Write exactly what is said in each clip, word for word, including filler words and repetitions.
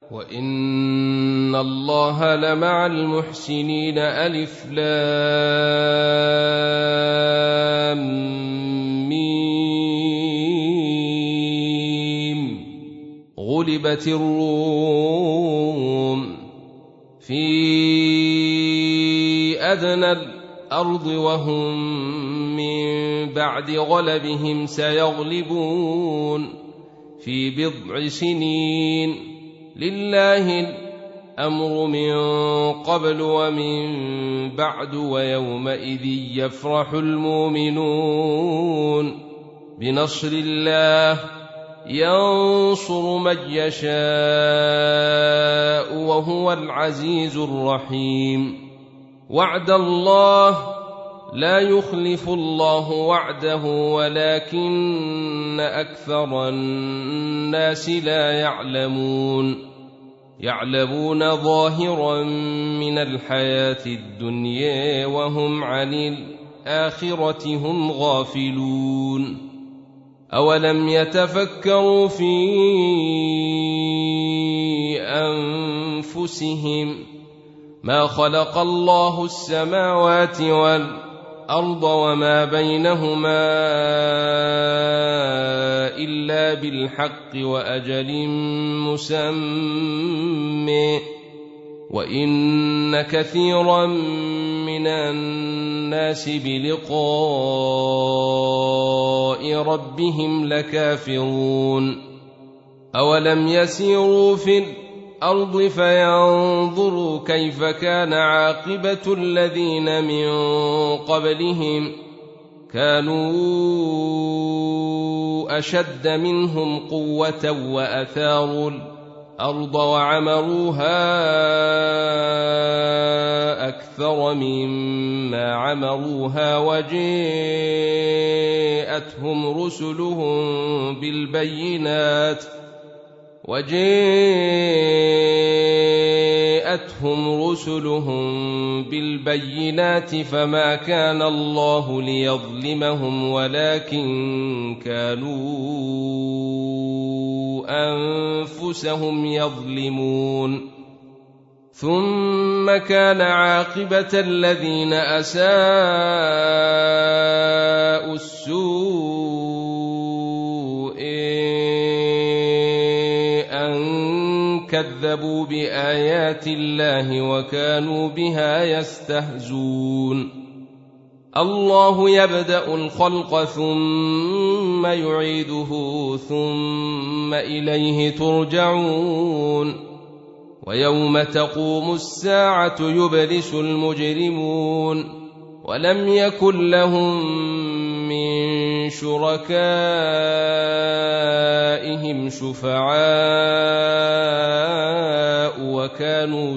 وإن الله لمع المحسنين. ألف لام ميم. غلبت الروم في أدنى الأرض وهم من بعد غلبهم سيغلبون في بضع سنين. لله الأمر من قبل ومن بعد ويومئذ يفرح المؤمنون بنصر الله ينصر من يشاء وهو العزيز الرحيم. وعد الله لا يخلف الله وعده ولكن أكثر الناس لا يعلمون. يعلمون ظاهرا من الحياة الدنيا وهم عن الآخرة هم غافلون. أولم يتفكروا في أنفسهم ما خلق الله السماوات والأرض وما بينهما إلا بالحق وأجل مسمى وإن كثيرا من الناس بلقاء ربهم لكافرون. أولم يسيروا في الأرض فينظروا كيف كان عاقبة الذين من قبلهم كانوا أشد منهم قوة وأثاروا الأرض وعمروها أكثر مما عمروها وجاءتهم رسلهم بالبينات وجاءتهم رسلهم بالبينات فما كان الله ليظلمهم ولكن كانوا أنفسهم يظلمون. ثم كان عاقبة الذين أساءوا السوء أن كذبوا بآيات الله وكانوا بها يستهزون. الله يبدأ الخلق ثم يعيده ثم إليه ترجعون. ويوم تقوم الساعة يبلس المجرمون ولم يكن لهم من شركائهم شفعاء وكانوا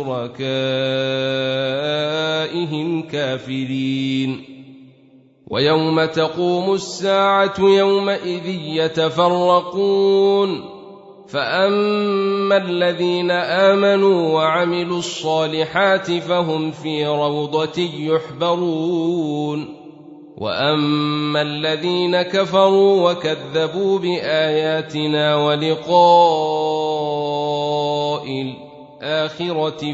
بشركائهم كافرين. ويوم تقوم الساعة يومئذ يتفرقون فأما الذين آمنوا وعملوا الصالحات فهم في روضة يحبرون وأما الذين كفروا وكذبوا بآياتنا ولقاء الآخرة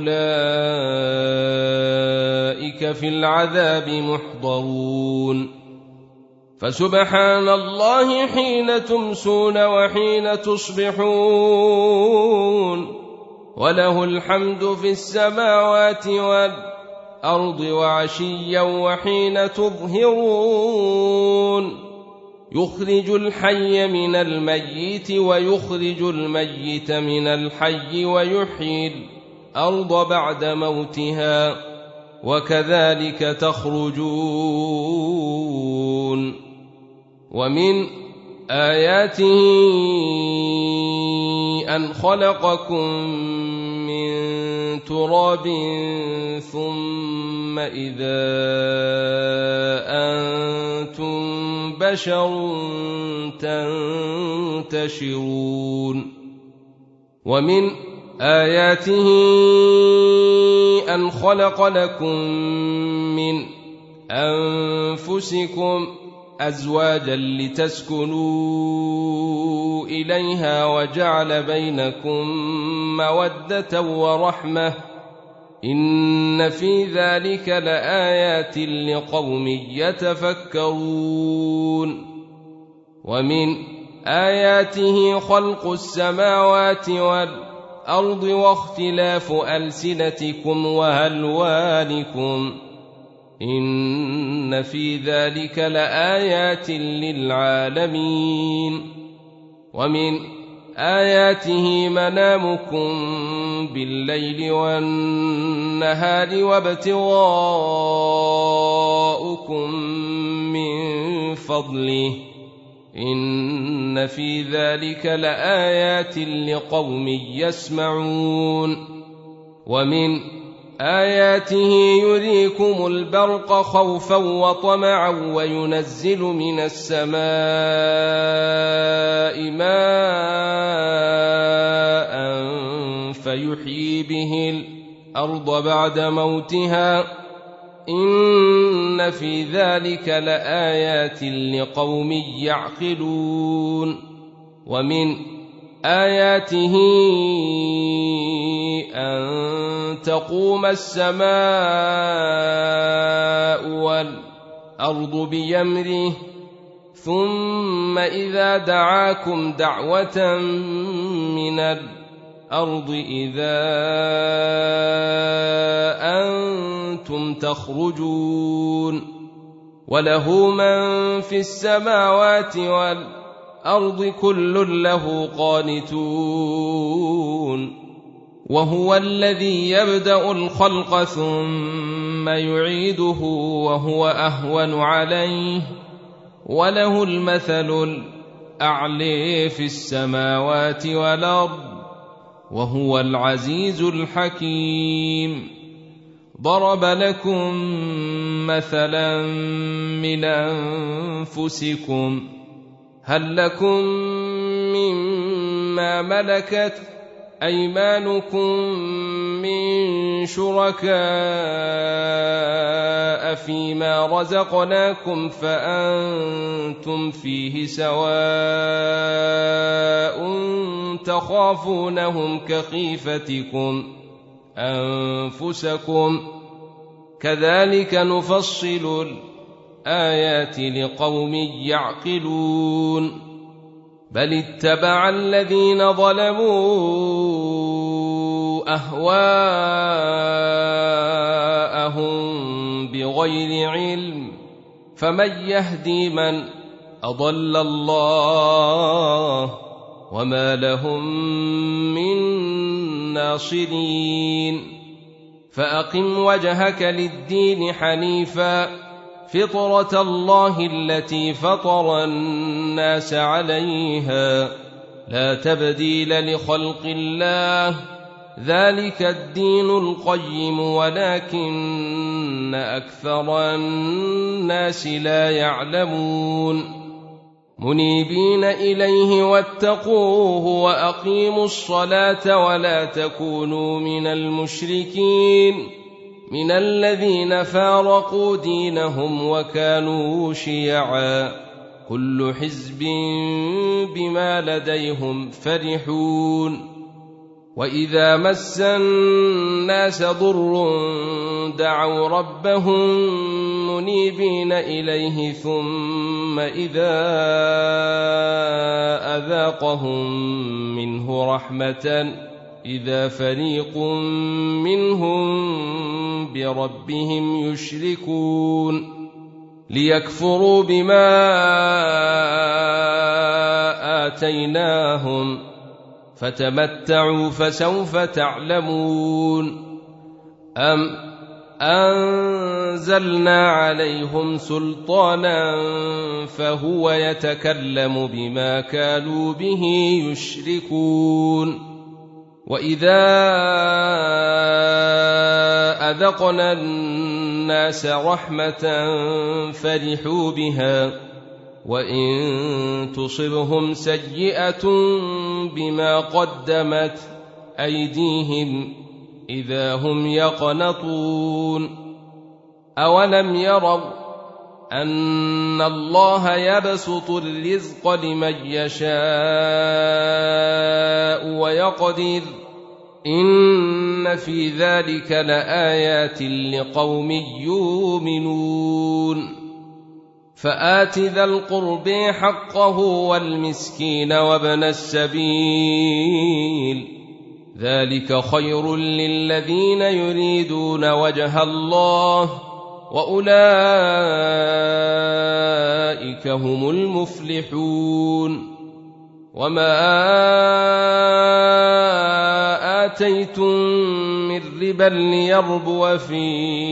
فأولئك في العذاب محضرون. فسبحان الله حين تمسون وحين تصبحون وله الحمد في السماوات والأرض وعشيا وحين تظهرون. يخرج الحي من الميت ويخرج الميت من الحي ويحيي الأرض بعد موتها وكذلك تخرجون. ومن آياته أن خلقكم من تراب ثم إذا أنتم بشر تنتشرون. ومن آياته أن خلق لكم من أنفسكم أزواجا لتسكنوا إليها وجعل بينكم مودة ورحمة إن في ذلك لآيات لقوم يتفكرون ومن آياته خلق السماوات والأرض واختلاف ألسنتكم وألوانكم إن في ذلك لآيات للعالمين ومن آياته منامكم بالليل والنهار وابتغاؤكم من فضله إن في ذلك لآيات لقوم يسمعون ومن آياته يريكم البرق خوفا وطمعا وينزل من السماء ماء فيحيي به الأرض بعد موتها إن في ذلك لآيات لقوم يعقلون ومن آياته أن تقوم السماء والأرض بأمره ثم إذا دعاكم دعوة من الأرض إذا أنتم تخرجون وله من في السماوات والأرض كل له قانتون وهو الذي يبدأ الخلق ثم يعيده وهو أهون عليه وله المثل الأعلى في السماوات والأرض وهو العزيز الحكيم ضرب لكم مثلا من أنفسكم هل لكم مما ملكت أيمانكم من شركاء فيما رزقناكم فأنتم فيه سواء تخافونهم كخيفتكم أنفسكم كذلك نفصل الآيات لقوم يعقلون بل اتبع الذين ظلموا أهواءهم بغير علم فمن يهدي من أضل الله وما لهم من ناصرين فأقم وجهك للدين حنيفا فطرة الله التي فطر الناس عليها لا تبديل لخلق الله ذلك الدين القيم ولكن أكثر الناس لا يعلمون منيبين إليه واتقوه وأقيموا الصلاة ولا تكونوا من المشركين من الذين فارقوا دينهم وكانوا شيعا كل حزب بما لديهم فرحون وإذا مس الناس ضر دعوا ربهم منيبين إليه ثم إذا أذاقهم منه رحمة إذا فريق منهم بربهم يشركون ليكفروا بما آتيناهم فتمتعوا فسوف تعلمون أم أنزلنا عليهم سلطانا فهو يتكلم بما كانوا به يشركون وإذا أذقنا الناس رحمة فرحوا بها وإن تصبهم سيئة بما قدمت أيديهم إذا هم يقنطون أولم يروا أن الله يبسط الرزق لمن يشاء ويقدر إن في ذلك لآيات لقوم يؤمنون فآت ذا القرب حقه والمسكين وابن السبيل ذلك خير للذين يريدون وجه الله وأولئك هم المفلحون وما آتيتم من ربا ليربو في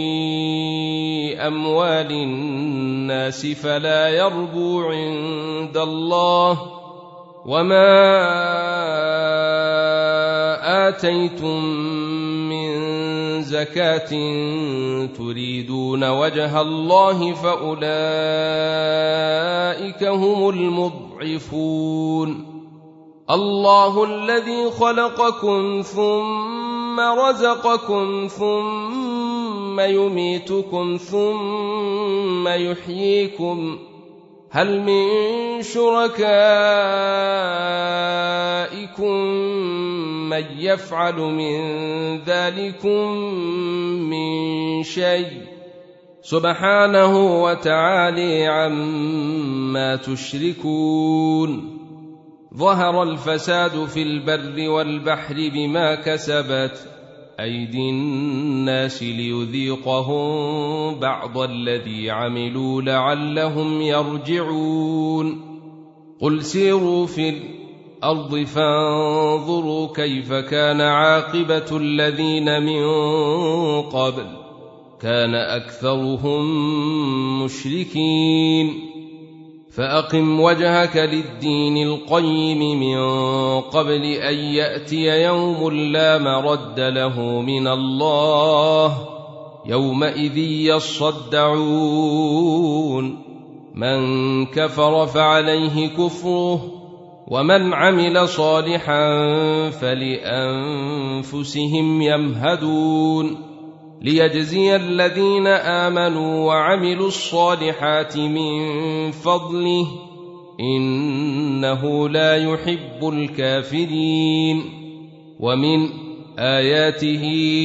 أموال الناس فلا يربو عند الله وما آتيتم من زكاة تريدون وجه الله فأولئك هم المضعفون الله الذي خلقكم ثم رزقكم ثم يميتكم ثم يحييكم هل من شركائكم من يفعل من ذلكم من شيء سبحانه وتعالى عما تشركون ظهر الفساد في البر والبحر بما كسبت أيدي الناس ليذيقهم بعض الذي عملوا لعلهم يرجعون قل سيروا في الأرض فانظروا كيف كان عاقبة الذين من قبل كان أكثرهم مشركين فأقم وجهك للدين القيم من قبل أن يأتي يوم لا مرد له من الله يومئذ يصدعون من كفر فعليه كفره ومن عمل صالحا فلأنفسهم يمهدون ليجزي الذين آمنوا وعملوا الصالحات من فضله إنه لا يحب الكافرين ومن آياته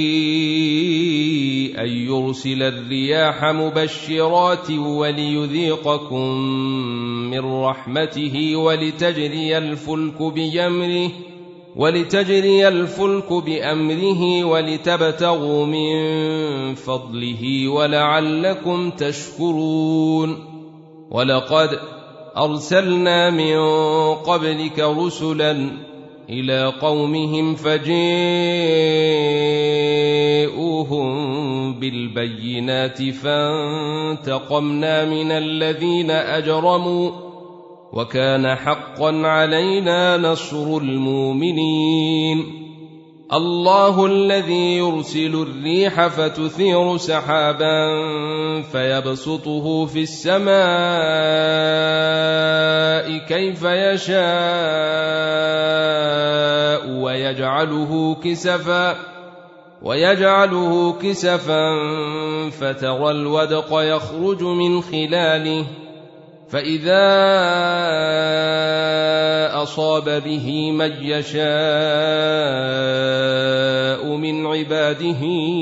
أن يرسل الرياح مبشرات وليذيقكم من رحمته ولتجري الفلك بأمره ولتجري الفلك بأمره ولتبتغوا من فضله ولعلكم تشكرون ولقد أرسلنا من قبلك رسلا إلى قومهم فجاءوهم بالبينات فانتقمنا من الذين أجرموا وكان حقا علينا نصر المؤمنين الله الذي يرسل الريح فتثير سحابا فيبسطه في السماء كيف يشاء ويجعله كسفا ويجعله كسفا فترى الودق يخرج من خلاله فإذا أصاب به من يشاء من عباده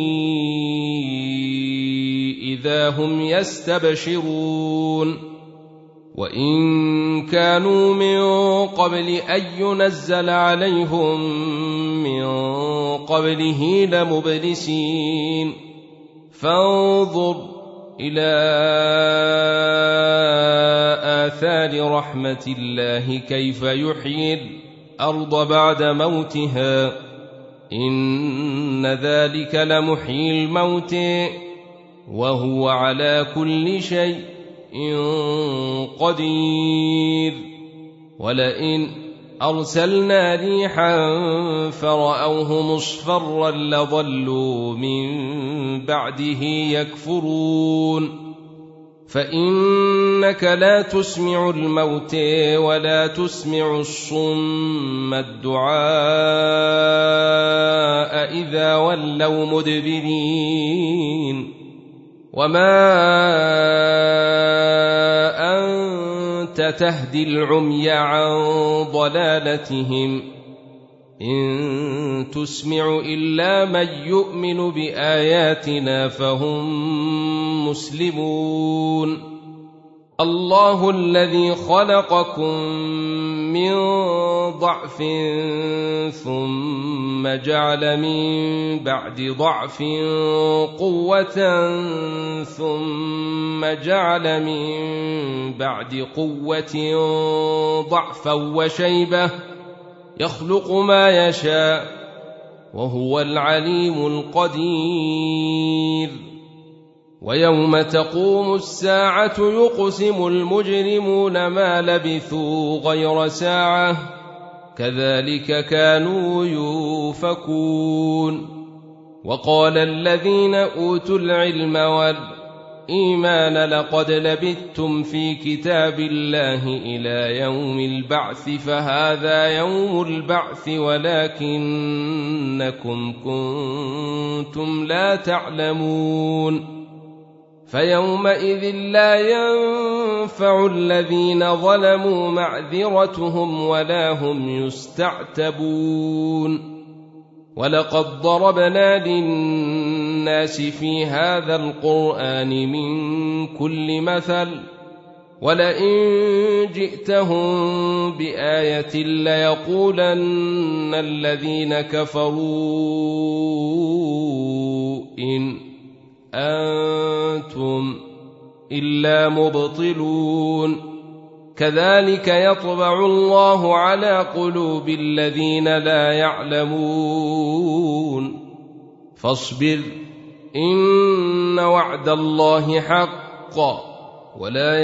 إذا هم يستبشرون وإن كانوا من قبل أن ينزل عليهم من قبله لمبلسين فانظر إلى آثار رحمة الله كيف يحيي الأرض بعد موتها إن ذلك لمحيي الموت وهو على كل شيء قدير ولئن أرسلنا ريحا فرأوه مصفرا لظلوا من بعده يكفرون فإنك لا تسمع الموت ولا تسمع الصم الدعاء إذا ولوا مدبرين وما كنت تهدي العمي عن ضلالتهم إن تسمع إلا من يؤمن بآياتنا فهم مسلمون الله الذي خلقكم من ضعف ثم جعل من بعد ضعف قوة ثم جعل من بعد قوة ضعفا وشيبة يخلق ما يشاء وهو العليم القدير ويوم تقوم الساعة يقسم المجرمون ما لبثوا غير ساعة كذلك كانوا يؤفكون وقال الذين أوتوا العلم والإيمان لقد لبثتم في كتاب الله إلى يوم البعث فهذا يوم البعث ولكنكم كنتم لا تعلمون فيومئذ لا ينفع الذين ظلموا معذرتهم ولا هم يستعتبون ولقد ضربنا للناس في هذا القرآن من كل مثل ولئن جئتهم بآية ليقولن الذين كفروا إن أنتم إلا مبطلون كذلك يطبع الله على قلوب الذين لا يعلمون فاصبر إن وعد الله حق ولا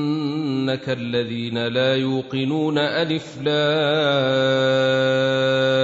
يستخفنك الذين لا يوقنون ألف لام